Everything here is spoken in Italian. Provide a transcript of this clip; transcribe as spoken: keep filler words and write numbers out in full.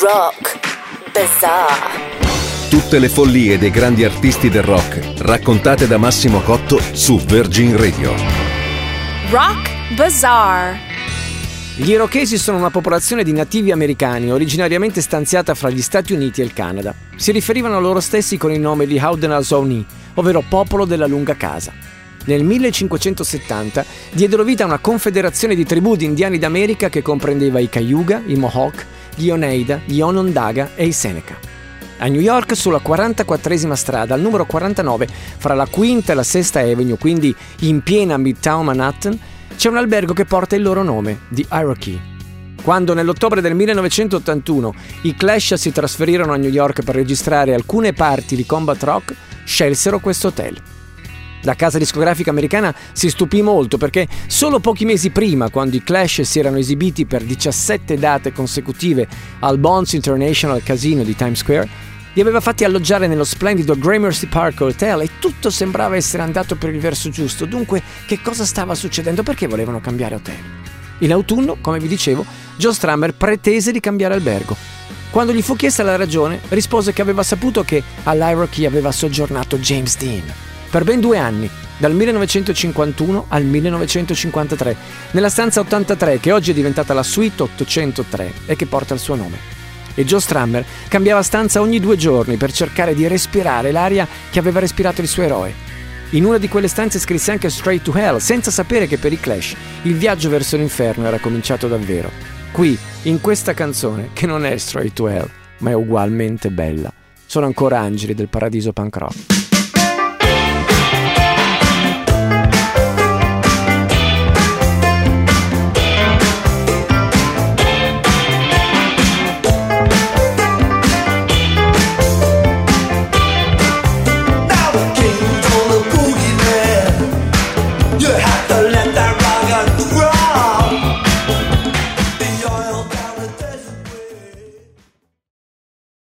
Rock Bazaar. Tutte le follie dei grandi artisti del rock, raccontate da Massimo Cotto su Virgin Radio. Rock Bazaar. Gli Irochesi sono una popolazione di nativi americani originariamente stanziata fra gli Stati Uniti e il Canada. Si riferivano a loro stessi con il nome di Haudenosaunee, ovvero popolo della lunga casa. Nel millecinquecentosettanta diedero vita a una confederazione di tribù di indiani d'America che comprendeva i Cayuga, i Mohawk, gli Oneida, gli Onondaga e i Seneca. A New York, sulla quarantaquattresima strada, al numero quarantanove, fra la Quinta e la Sesta Avenue, quindi in piena Midtown Manhattan, c'è un albergo che porta il loro nome, The Iroquois. Quando nell'ottobre del millenovecentottantuno i Clash si trasferirono a New York per registrare alcune parti di Combat Rock, scelsero questo hotel. La casa discografica americana si stupì molto perché solo pochi mesi prima, quando i Clash si erano esibiti per diciassette date consecutive al Bonds International Casino di Times Square, li aveva fatti alloggiare nello splendido Gramercy Park Hotel e tutto sembrava essere andato per il verso giusto. Dunque, che cosa stava succedendo? Perché volevano cambiare hotel? In autunno, come vi dicevo, Joe Strummer pretese di cambiare albergo. Quando gli fu chiesta la ragione, rispose che aveva saputo che all'Iroquois aveva soggiornato James Dean per ben due anni, dal millenovecentocinquantuno al millenovecentocinquantatré, nella stanza ottantatré che oggi è diventata la Suite ottocentotre e che porta il suo nome. E Joe Strummer cambiava stanza ogni due giorni per cercare di respirare l'aria che aveva respirato il suo eroe. In una di quelle stanze scrisse anche Straight to Hell, senza sapere che per i Clash il viaggio verso l'inferno era cominciato davvero. Qui, in questa canzone, che non è Straight to Hell, ma è ugualmente bella, sono ancora angeli del paradiso punk rock.